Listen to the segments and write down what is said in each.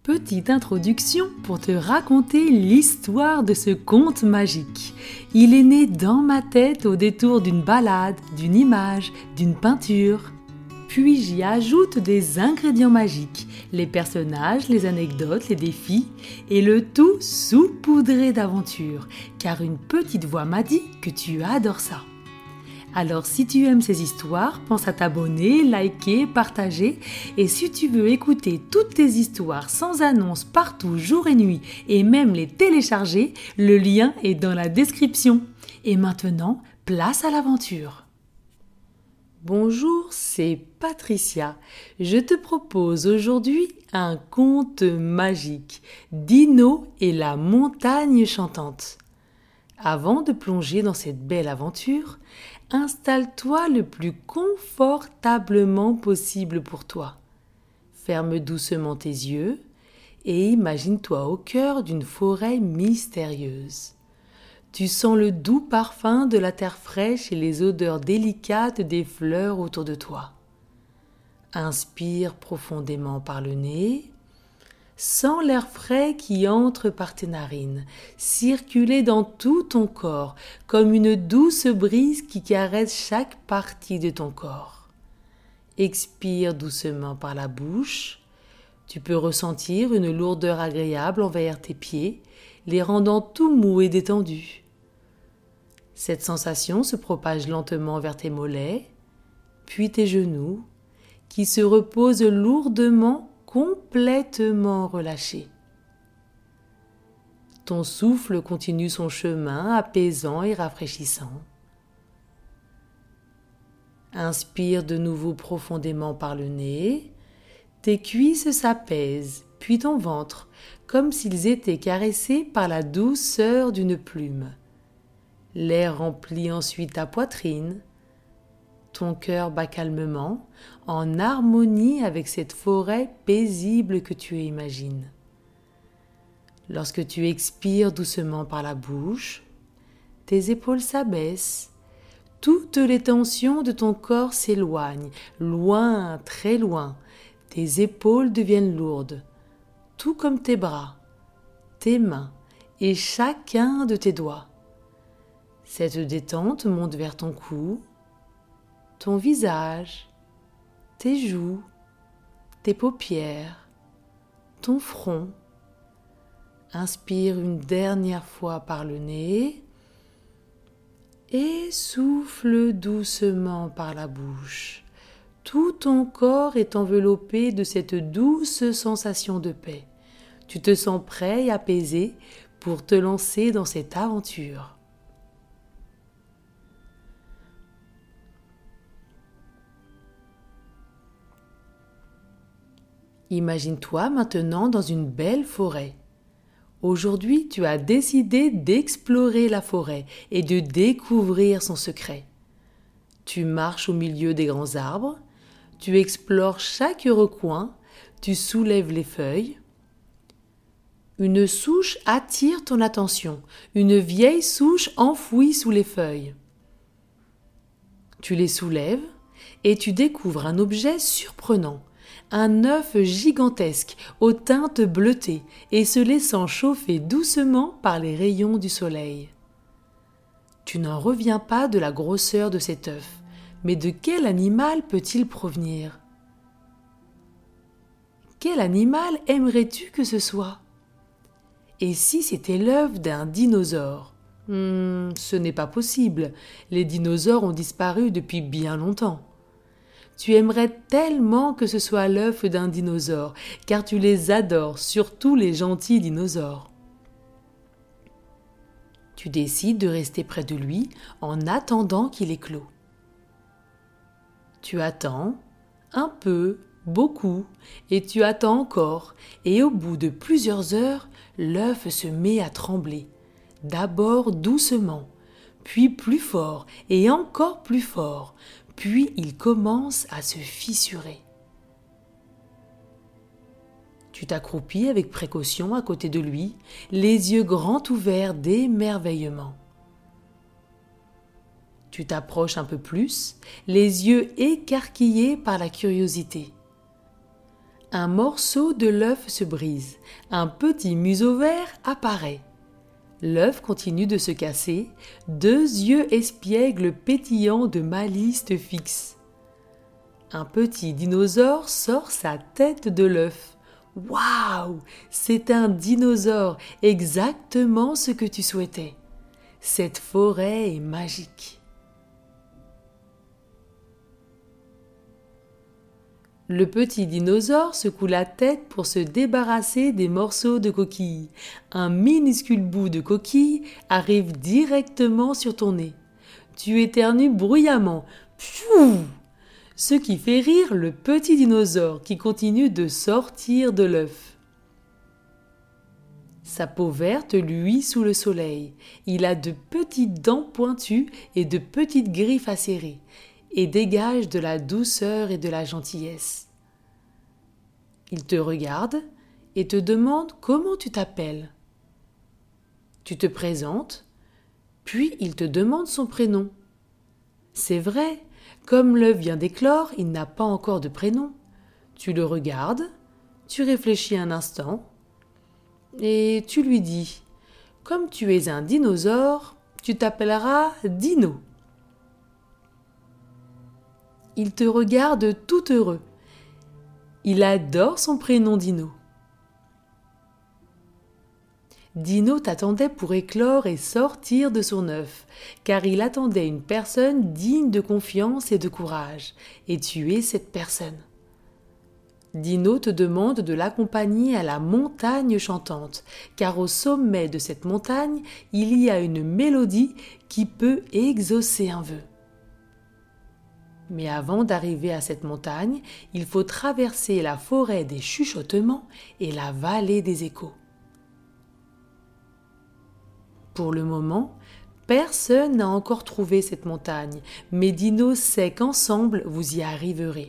Petite introduction pour te raconter l'histoire de ce conte magique. Il est né dans ma tête au détour d'une balade, d'une image, d'une peinture. Puis j'y ajoute des ingrédients magiques, les personnages, les anecdotes, les défis, et le tout saupoudré d'aventures, car une petite voix m'a dit que tu adores ça. Alors si tu aimes ces histoires, pense à t'abonner, liker, partager, et si tu veux écouter toutes tes histoires sans annonce partout, jour et nuit, et même les télécharger, le lien est dans la description. Et maintenant, place à l'aventure. Bonjour, c'est Patricia. Je te propose aujourd'hui un conte magique, Dino et la montagne chantante. Avant de plonger dans cette belle aventure, installe-toi le plus confortablement possible pour toi. Ferme doucement tes yeux et imagine-toi au cœur d'une forêt mystérieuse. Tu sens le doux parfum de la terre fraîche et les odeurs délicates des fleurs autour de toi. Inspire profondément par le nez. Sens l'air frais qui entre par tes narines, circuler dans tout ton corps, comme une douce brise qui caresse chaque partie de ton corps. Expire doucement par la bouche. Tu peux ressentir une lourdeur agréable envers tes pieds, les rendant tout mous et détendus. Cette sensation se propage lentement vers tes mollets, puis tes genoux, qui se reposent lourdement, complètement relâché. Ton souffle continue son chemin apaisant et rafraîchissant. Inspire de nouveau profondément par le nez. Tes cuisses s'apaisent, puis ton ventre, comme s'ils étaient caressés par la douceur d'une plume. L'air remplit ensuite ta poitrine. Ton cœur bat calmement, en harmonie avec cette forêt paisible que tu imagines. Lorsque tu expires doucement par la bouche, tes épaules s'abaissent, toutes les tensions de ton corps s'éloignent, loin, très loin. Tes épaules deviennent lourdes, tout comme tes bras, tes mains et chacun de tes doigts. Cette détente monte vers ton cou, ton visage, tes joues, tes paupières, ton front. Inspire une dernière fois par le nez et souffle doucement par la bouche. Tout ton corps est enveloppé de cette douce sensation de paix. Tu te sens prêt et apaisé pour te lancer dans cette aventure. Imagine-toi maintenant dans une belle forêt. Aujourd'hui, tu as décidé d'explorer la forêt et de découvrir son secret. Tu marches au milieu des grands arbres, tu explores chaque recoin, tu soulèves les feuilles. Une souche attire ton attention, une vieille souche enfouie sous les feuilles. Tu les soulèves et tu découvres un objet surprenant. Un œuf gigantesque aux teintes bleutées et se laissant chauffer doucement par les rayons du soleil. Tu n'en reviens pas de la grosseur de cet œuf, mais de quel animal peut-il provenir ? Quel animal aimerais-tu que ce soit ? Et si c'était l'œuf d'un dinosaure ? Ce n'est pas possible, les dinosaures ont disparu depuis bien longtemps. Tu aimerais tellement que ce soit l'œuf d'un dinosaure, car tu les adores, surtout les gentils dinosaures. Tu décides de rester près de lui en attendant qu'il éclose. Tu attends, un peu, beaucoup, et tu attends encore, et au bout de plusieurs heures, l'œuf se met à trembler. D'abord doucement, puis plus fort, et encore plus fort. Puis il commence à se fissurer. Tu t'accroupis avec précaution à côté de lui, les yeux grands ouverts d'émerveillement. Tu t'approches un peu plus, les yeux écarquillés par la curiosité. Un morceau de l'œuf se brise. Un petit museau vert apparaît. L'œuf continue de se casser. 2 yeux espiègles pétillants de malice te fixent. Un petit dinosaure sort sa tête de l'œuf. Waouh! C'est un dinosaure, exactement ce que tu souhaitais. Cette forêt est magique. Le petit dinosaure secoue la tête pour se débarrasser des morceaux de coquille. Un minuscule bout de coquille arrive directement sur ton nez. Tu éternues bruyamment. Pfiou! Ce qui fait rire le petit dinosaure qui continue de sortir de l'œuf. Sa peau verte luit sous le soleil. Il a de petites dents pointues et de petites griffes acérées, et dégage de la douceur et de la gentillesse. Il te regarde et te demande comment tu t'appelles. Tu te présentes, puis il te demande son prénom. C'est vrai, comme l'œuf vient d'éclore, il n'a pas encore de prénom. Tu le regardes, tu réfléchis un instant, et tu lui dis « Comme tu es un dinosaure, tu t'appelleras Dino ». Il te regarde tout heureux. Il adore son prénom Dino. Dino t'attendait pour éclore et sortir de son œuf, car il attendait une personne digne de confiance et de courage, et tu es cette personne. Dino te demande de l'accompagner à la montagne chantante, car au sommet de cette montagne, il y a une mélodie qui peut exaucer un vœu. Mais avant d'arriver à cette montagne, il faut traverser la forêt des chuchotements et la vallée des échos. Pour le moment, personne n'a encore trouvé cette montagne, mais Dino sait qu'ensemble vous y arriverez.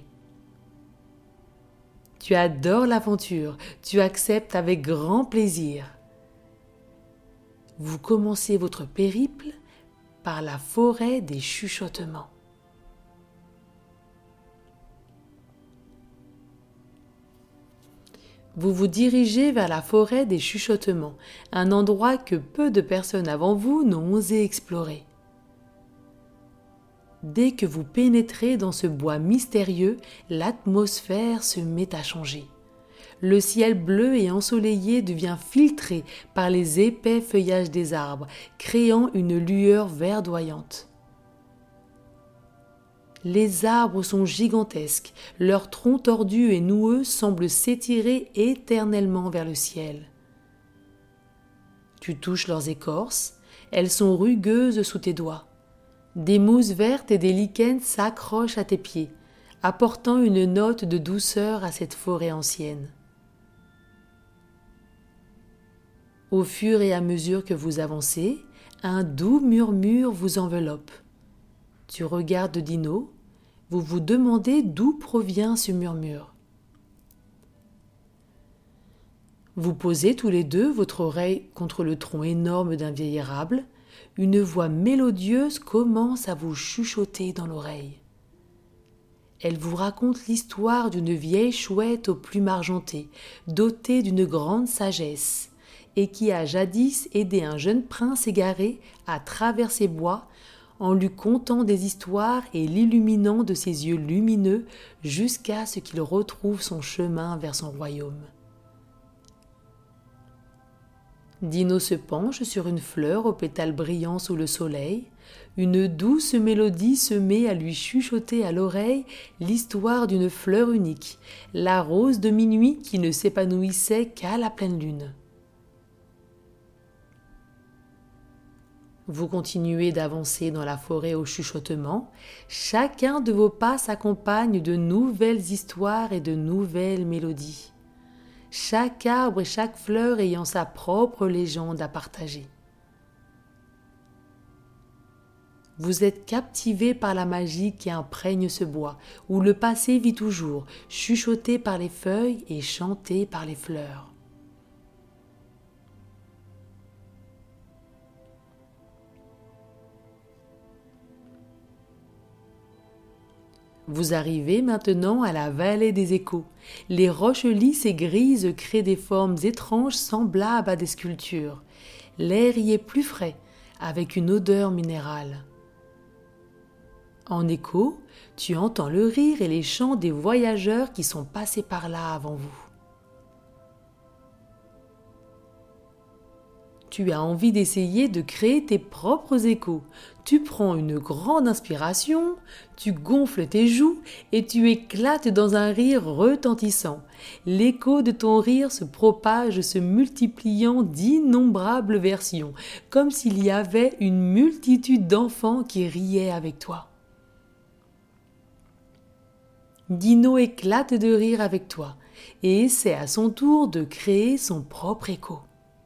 Tu adores l'aventure, tu acceptes avec grand plaisir. Vous commencez votre périple par la forêt des chuchotements. Vous vous dirigez vers la forêt des chuchotements, un endroit que peu de personnes avant vous n'ont osé explorer. Dès que vous pénétrez dans ce bois mystérieux, l'atmosphère se met à changer. Le ciel bleu et ensoleillé devient filtré par les épais feuillages des arbres, créant une lueur verdoyante. Les arbres sont gigantesques, leurs troncs tordus et noueux semblent s'étirer éternellement vers le ciel. Tu touches leurs écorces, elles sont rugueuses sous tes doigts. Des mousses vertes et des lichens s'accrochent à tes pieds, apportant une note de douceur à cette forêt ancienne. Au fur et à mesure que vous avancez, un doux murmure vous enveloppe. Tu regardes Dino, vous vous demandez d'où provient ce murmure. Vous posez tous les deux votre oreille contre le tronc énorme d'un vieil érable. Une voix mélodieuse commence à vous chuchoter dans l'oreille. Elle vous raconte l'histoire d'une vieille chouette aux plumes argentées, dotée d'une grande sagesse, et qui a jadis aidé un jeune prince égaré à travers ces bois en lui contant des histoires et l'illuminant de ses yeux lumineux jusqu'à ce qu'il retrouve son chemin vers son royaume. Dino se penche sur une fleur aux pétales brillants sous le soleil. Une douce mélodie se met à lui chuchoter à l'oreille l'histoire d'une fleur unique, la rose de minuit qui ne s'épanouissait qu'à la pleine lune. Vous continuez d'avancer dans la forêt au chuchotement. Chacun de vos pas s'accompagne de nouvelles histoires et de nouvelles mélodies. Chaque arbre et chaque fleur ayant sa propre légende à partager. Vous êtes captivé par la magie qui imprègne ce bois, où le passé vit toujours, chuchoté par les feuilles et chanté par les fleurs. Vous arrivez maintenant à la vallée des échos. Les roches lisses et grises créent des formes étranges semblables à des sculptures. L'air y est plus frais, avec une odeur minérale. En écho, tu entends le rire et les chants des voyageurs qui sont passés par là avant vous. Tu as envie d'essayer de créer tes propres échos. Tu prends une grande inspiration, tu gonfles tes joues et tu éclates dans un rire retentissant. L'écho de ton rire se propage, se multipliant d'innombrables versions, comme s'il y avait une multitude d'enfants qui riaient avec toi. Dino éclate de rire avec toi et essaie à son tour de créer son propre écho.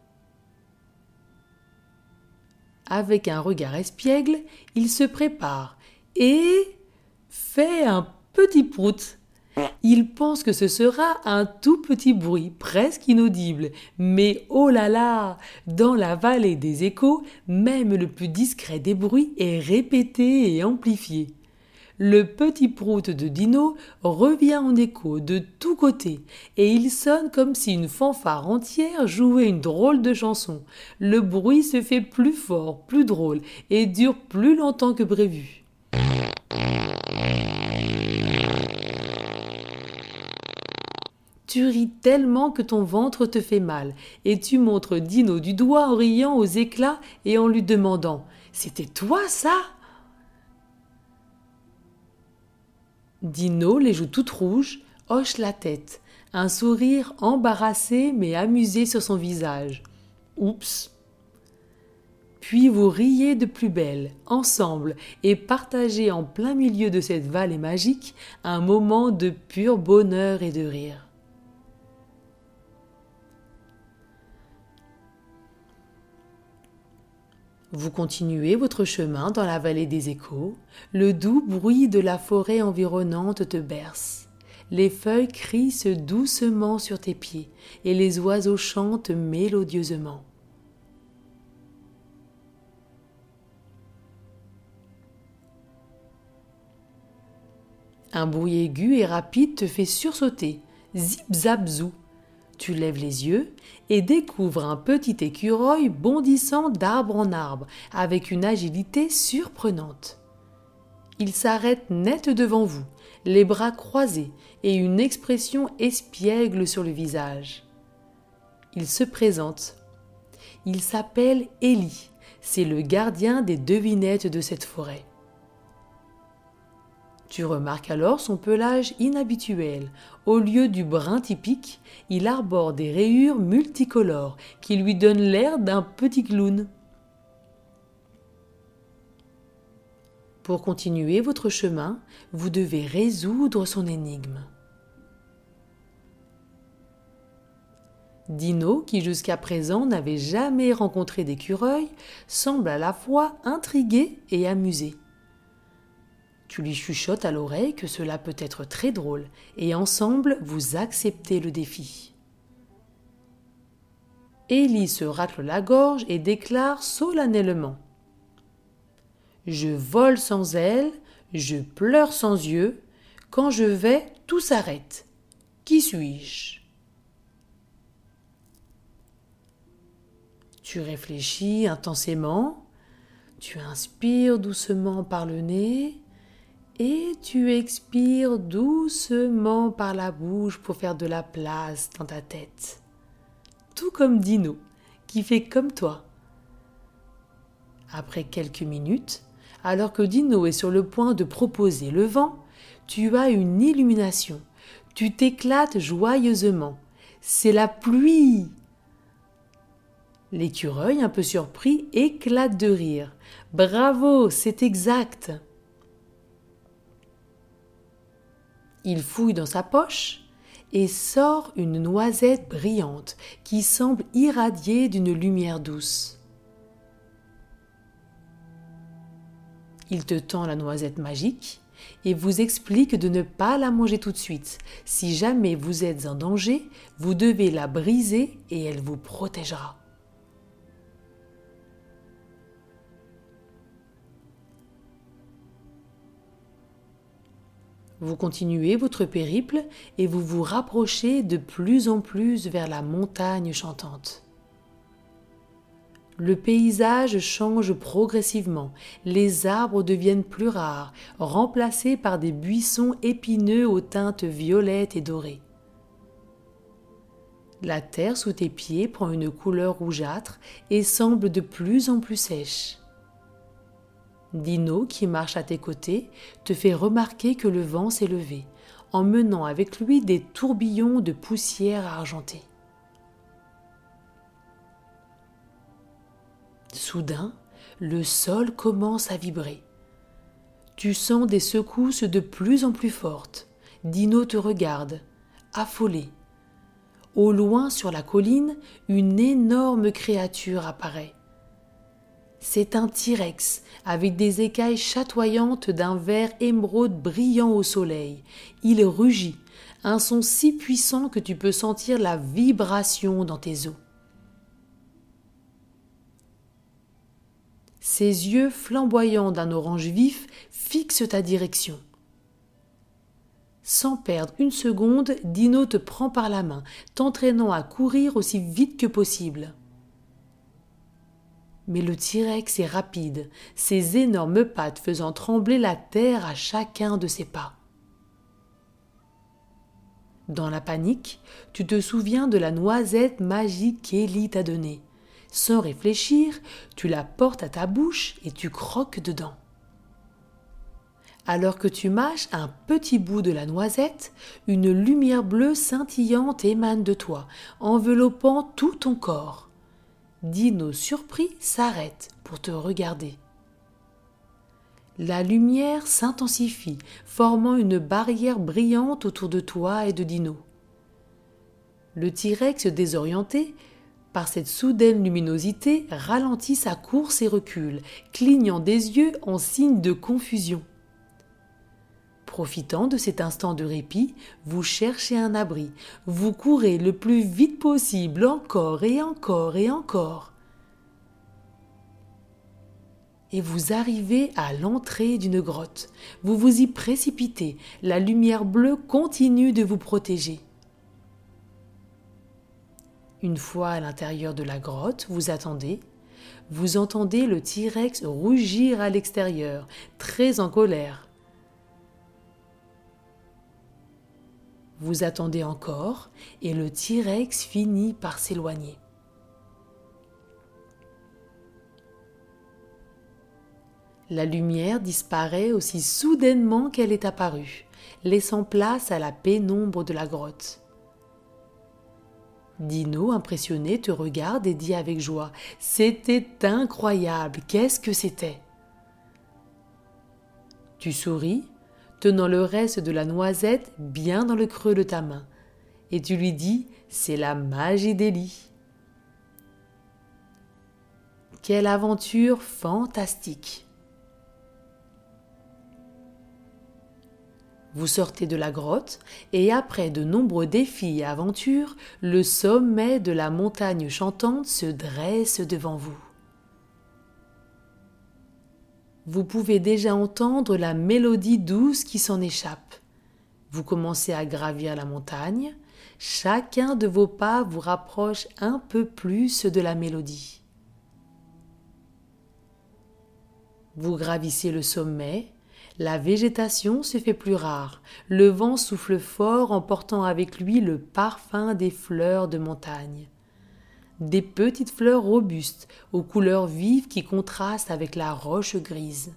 Avec un regard espiègle, il se prépare et fait un petit prout. Il pense que ce sera un tout petit bruit, presque inaudible. Mais oh là là, dans la vallée des échos, même le plus discret des bruits est répété et amplifié. Le petit prout de Dino revient en écho de tous côtés et il sonne comme si une fanfare entière jouait une drôle de chanson. Le bruit se fait plus fort, plus drôle et dure plus longtemps que prévu. Tu ris tellement que ton ventre te fait mal et tu montres Dino du doigt en riant aux éclats et en lui demandant « C'était toi ça ?» Dino, les joues toutes rouges, hoche la tête, un sourire embarrassé mais amusé sur son visage. Oups! Puis vous riez de plus belle, ensemble, et partagez en plein milieu de cette vallée magique un moment de pur bonheur et de rire. Vous continuez votre chemin dans la vallée des échos. Le doux bruit de la forêt environnante te berce. Les feuilles crissent doucement sur tes pieds et les oiseaux chantent mélodieusement. Un bruit aigu et rapide te fait sursauter. Zip zap zou. Tu lèves les yeux et découvres un petit écureuil bondissant d'arbre en arbre avec une agilité surprenante. Il s'arrête net devant vous, les bras croisés et une expression espiègle sur le visage. Il se présente. Il s'appelle Élie. C'est le gardien des devinettes de cette forêt. Tu remarques alors son pelage inhabituel. Au lieu du brun typique, il arbore des rayures multicolores qui lui donnent l'air d'un petit clown. Pour continuer votre chemin, vous devez résoudre son énigme. Dino, qui jusqu'à présent n'avait jamais rencontré d'écureuil, semble à la fois intrigué et amusé. Tu lui chuchotes à l'oreille que cela peut être très drôle et ensemble vous acceptez le défi. Élie se racle la gorge et déclare solennellement « Je vole sans ailes, je pleure sans yeux, quand je vais, tout s'arrête. Qui suis-je » Tu réfléchis intensément, tu inspires doucement par le nez et tu expires doucement par la bouche pour faire de la place dans ta tête. Tout comme Dino, qui fait comme toi. Après quelques minutes, alors que Dino est sur le point de proposer le vent, tu as une illumination. Tu t'éclates joyeusement. C'est la pluie! L'écureuil, un peu surpris, éclate de rire. Bravo, c'est exact! Il fouille dans sa poche et sort une noisette brillante qui semble irradier d'une lumière douce. Il te tend la noisette magique et vous explique de ne pas la manger tout de suite. Si jamais vous êtes en danger, vous devez la briser et elle vous protégera. Vous continuez votre périple et vous vous rapprochez de plus en plus vers la montagne chantante. Le paysage change progressivement, les arbres deviennent plus rares, remplacés par des buissons épineux aux teintes violettes et dorées. La terre sous tes pieds prend une couleur rougeâtre et semble de plus en plus sèche. Dino, qui marche à tes côtés, te fait remarquer que le vent s'est levé, emmenant avec lui des tourbillons de poussière argentée. Soudain, le sol commence à vibrer. Tu sens des secousses de plus en plus fortes. Dino te regarde, affolé. Au loin, sur la colline, une énorme créature apparaît. C'est un T-Rex avec des écailles chatoyantes d'un vert émeraude brillant au soleil. Il rugit, un son si puissant que tu peux sentir la vibration dans tes os. Ses yeux flamboyants d'un orange vif fixent ta direction. Sans perdre une seconde, Dino te prend par la main, t'entraînant à courir aussi vite que possible. Mais le T-Rex est rapide, ses énormes pattes faisant trembler la terre à chacun de ses pas. Dans la panique, tu te souviens de la noisette magique qu'Ellie t'a donnée. Sans réfléchir, tu la portes à ta bouche et tu croques dedans. Alors que tu mâches un petit bout de la noisette, une lumière bleue scintillante émane de toi, enveloppant tout ton corps. Dino, surpris, s'arrête pour te regarder. La lumière s'intensifie, formant une barrière brillante autour de toi et de Dino. Le T-Rex désorienté, par cette soudaine luminosité, ralentit sa course et recule, clignant des yeux en signe de confusion. Profitant de cet instant de répit, vous cherchez un abri, vous courez le plus vite possible, encore et encore et encore. Et vous arrivez à l'entrée d'une grotte. Vous vous y précipitez, la lumière bleue continue de vous protéger. Une fois à l'intérieur de la grotte, vous attendez. Vous entendez le T-Rex rugir à l'extérieur, très en colère. Vous attendez encore et le T-Rex finit par s'éloigner. La lumière disparaît aussi soudainement qu'elle est apparue, laissant place à la pénombre de la grotte. Dino, impressionné, te regarde et dit avec joie « C'était incroyable, qu'est-ce que c'était ?» Tu souris, tenant le reste de la noisette bien dans le creux de ta main, et tu lui dis « C'est la magie d'Ellie !» Quelle aventure fantastique! Vous sortez de la grotte et après de nombreux défis et aventures, le sommet de la montagne chantante se dresse devant vous. Vous pouvez déjà entendre la mélodie douce qui s'en échappe. Vous commencez à gravir la montagne. Chacun de vos pas vous rapproche un peu plus de la mélodie. Vous gravissez le sommet. La végétation se fait plus rare, le vent souffle fort emportant avec lui le parfum des fleurs de montagne. Des petites fleurs robustes aux couleurs vives qui contrastent avec la roche grise.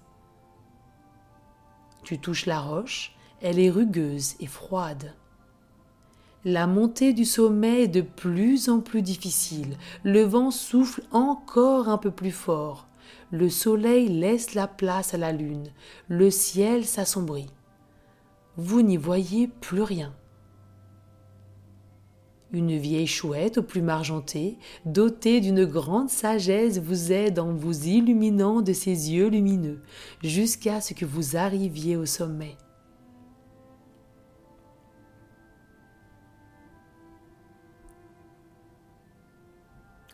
Tu touches la roche, elle est rugueuse et froide. La montée du sommet est de plus en plus difficile, le vent souffle encore un peu plus fort. Le soleil laisse la place à la lune, le ciel s'assombrit. Vous n'y voyez plus rien. Une vieille chouette aux plumes argentées, dotée d'une grande sagesse, vous aide en vous illuminant de ses yeux lumineux, jusqu'à ce que vous arriviez au sommet.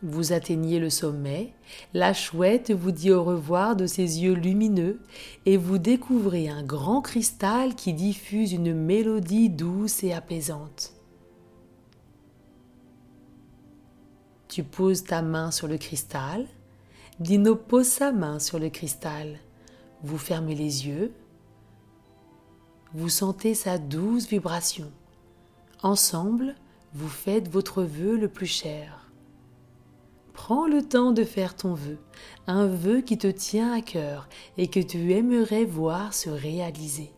Vous atteignez le sommet, la chouette vous dit au revoir de ses yeux lumineux et vous découvrez un grand cristal qui diffuse une mélodie douce et apaisante. Tu poses ta main sur le cristal, Dino pose sa main sur le cristal. Vous fermez les yeux, vous sentez sa douce vibration. Ensemble, vous faites votre vœu le plus cher. Prends le temps de faire ton vœu, un vœu qui te tient à cœur et que tu aimerais voir se réaliser.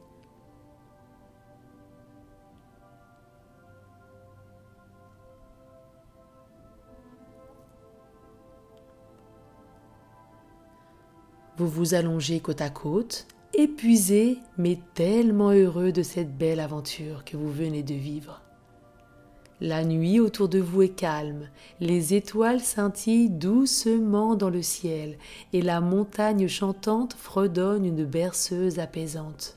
Vous vous allongez côte à côte, épuisé mais tellement heureux de cette belle aventure que vous venez de vivre. La nuit autour de vous est calme, les étoiles scintillent doucement dans le ciel et la montagne chantante fredonne une berceuse apaisante.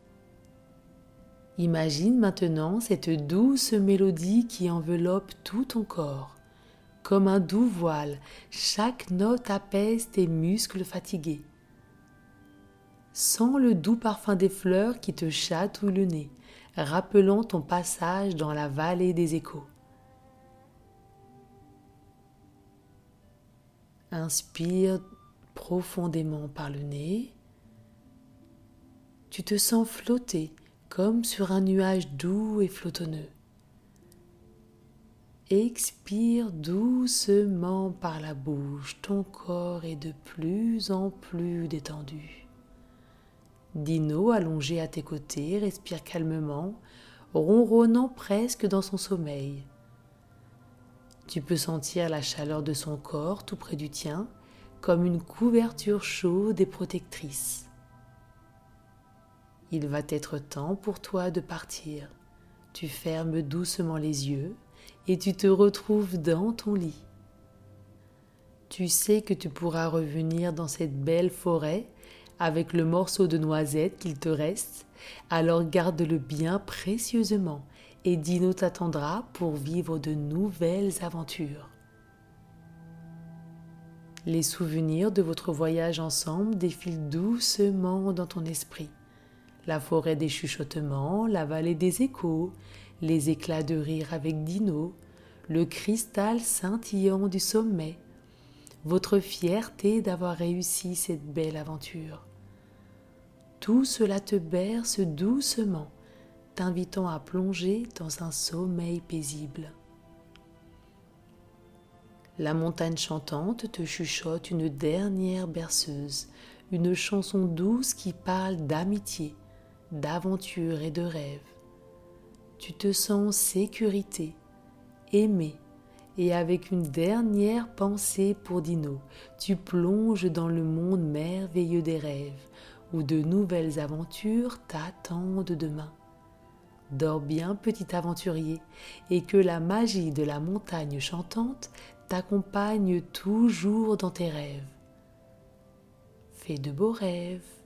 Imagine maintenant cette douce mélodie qui enveloppe tout ton corps. Comme un doux voile, chaque note apaise tes muscles fatigués. Sens le doux parfum des fleurs qui te chatouillent le nez, rappelant ton passage dans la vallée des échos. Inspire profondément par le nez. Tu te sens flotter comme sur un nuage doux et flotonneux. Expire doucement par la bouche, ton corps est de plus en plus détendu. Dino, allongé à tes côtés, respire calmement, ronronnant presque dans son sommeil. Tu peux sentir la chaleur de son corps tout près du tien, comme une couverture chaude et protectrice. Il va être temps pour toi de partir. Tu fermes doucement les yeux et tu te retrouves dans ton lit. Tu sais que tu pourras revenir dans cette belle forêt avec le morceau de noisette qu'il te reste, alors garde-le bien précieusement et Dino t'attendra pour vivre de nouvelles aventures. Les souvenirs de votre voyage ensemble défilent doucement dans ton esprit. La forêt des chuchotements, la vallée des échos, les éclats de rire avec Dino, le cristal scintillant du sommet, votre fierté d'avoir réussi cette belle aventure. Tout cela te berce doucement, t'invitant à plonger dans un sommeil paisible. La montagne chantante te chuchote une dernière berceuse, une chanson douce qui parle d'amitié, d'aventure et de rêve. Tu te sens en sécurité, aimé, et avec une dernière pensée pour Dino, tu plonges dans le monde merveilleux des rêves, où de nouvelles aventures t'attendent demain. Dors bien, petit aventurier, et que la magie de la montagne chantante t'accompagne toujours dans tes rêves. Fais de beaux rêves.